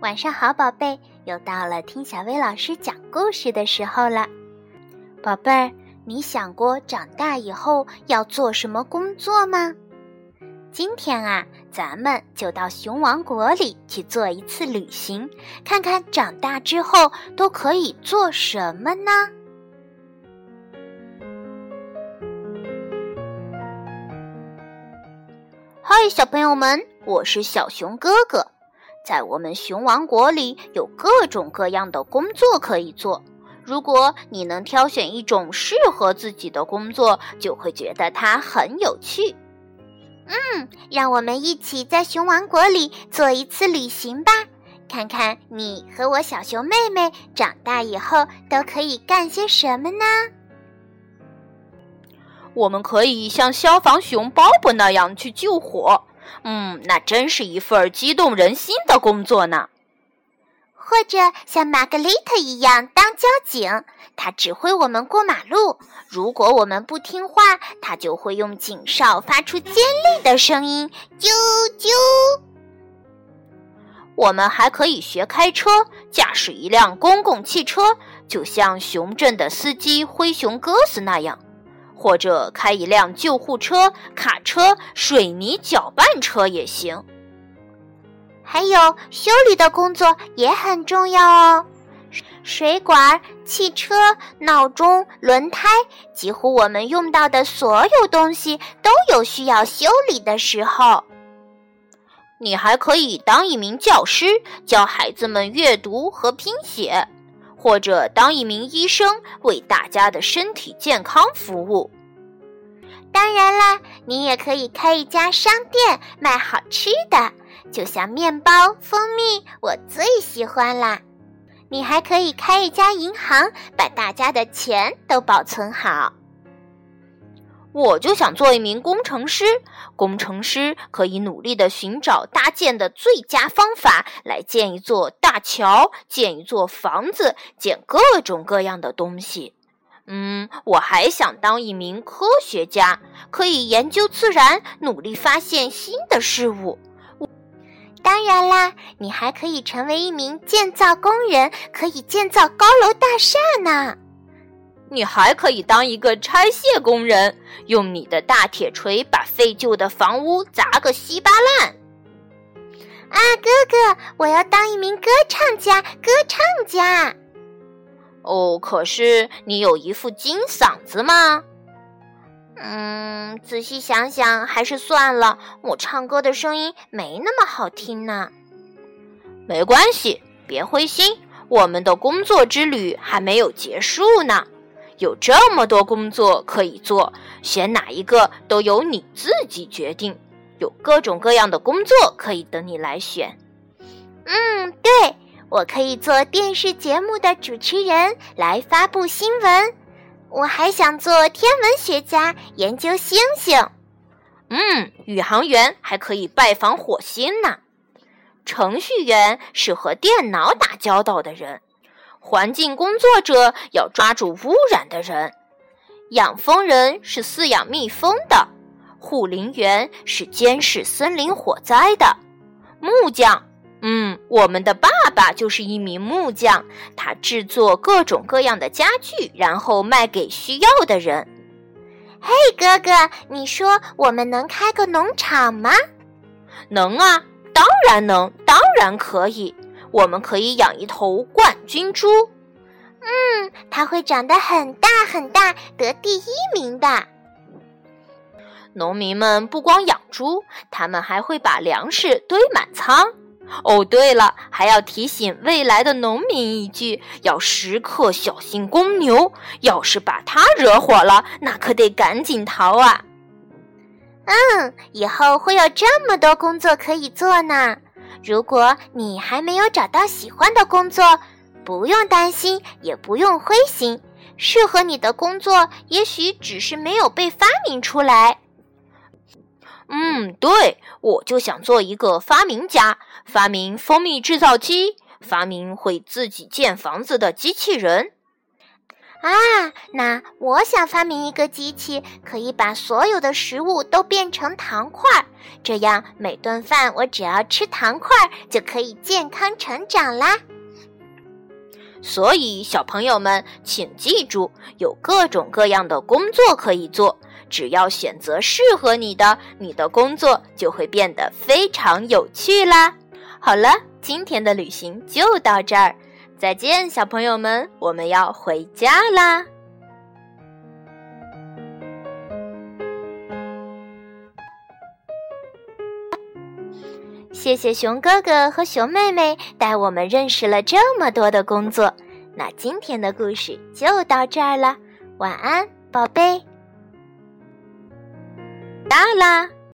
晚上好，宝贝，又到了听小薇老师讲故事的时候了。宝贝儿，你想过长大以后要做什么工作吗？今天啊，咱们就到熊王国里去做一次旅行，看看长大之后都可以做什么呢？嗨，小朋友们，我是小熊哥哥。在我们熊王国里有各种各样的工作可以做，如果你能挑选一种适合自己的工作，就会觉得它很有趣。让我们一起在熊王国里做一次旅行吧，看看你和我小熊妹妹长大以后都可以干些什么呢？ 我们可以像消防熊鲍勃那样去救火，那真是一份激动人心的工作呢。 或者像玛格丽特一样当交警，他指挥我们过马路，如果我们不听话，他就会用警哨发出尖利的声音，啾啾。 我们还可以学开车，驾驶一辆公共汽车，就像熊镇的司机灰熊哥斯那样，或者开一辆救护车、卡车、水泥搅拌车也行。 还有修理的工作也很重要哦，水管、汽车、闹钟、轮胎，几乎我们用到的所有东西都有需要修理的时候。 你还可以当一名教师，教孩子们阅读和拼写，或者当一名医生，为大家的身体健康服务。 当然啦，你也可以开一家商店，卖好吃的，就像面包、蜂蜜，我最喜欢啦。你还可以开一家银行，把大家的钱都保存好。 我就想做一名工程师，工程师可以努力地寻找搭建的最佳方法，来建一座大桥，建一座房子，建各种各样的东西。我还想当一名科学家，可以研究自然，努力发现新的事物。 当然啦，你还可以成为一名建造工人，可以建造高楼大厦呢。 你还可以当一个拆卸工人，用你的大铁锤把废旧的房屋砸个稀巴烂。 啊，哥哥，我要当一名歌唱家。 可是你有一副金嗓子吗？ 仔细想想，还是算了，我唱歌的声音没那么好听呢。 没关系，别灰心，我们的工作之旅还没有结束呢。有这么多工作可以做，选哪一个都由你自己决定，有各种各样的工作可以等你来选。 对，我可以做电视节目的主持人，来发布新闻。我还想做天文学家，研究星星。 宇航员还可以拜访火星呢。程序员是和电脑打交道的人。环境工作者要抓住污染的人，养蜂人是饲养蜜蜂的，护林员是监视森林火灾的，木匠，我们的爸爸就是一名木匠，他制作各种各样的家具，然后卖给需要的人。 嘿，哥哥，你说我们能开个农场吗？ 能啊，当然能，当然可以。我们可以养一头冠军猪。 它会长得很大很大，得第1名的。 农民们不光养猪，他们还会把粮食堆满仓。对了，还要提醒未来的农民一句，要时刻小心公牛，要是把它惹火了，那可得赶紧逃啊。 以后会有这么多工作可以做呢。如果你还没有找到喜欢的工作，不用担心，也不用灰心，适合你的工作也许只是没有被发明出来。 对，我就想做一个发明家，发明蜂蜜制造机，发明会自己建房子的机器人。 那我想发明一个机器，可以把所有的食物都变成糖块，这样每顿饭我只要吃糖块就可以健康成长啦。 所以小朋友们请记住，有各种各样的工作可以做，只要选择适合你的，你的工作就会变得非常有趣啦。好了，今天的旅行就到这儿，再见小朋友们，我们要回家啦。 谢谢熊哥哥和熊妹妹带我们认识了这么多的工作，那今天的故事就到这儿了，晚安，宝贝。 到啦。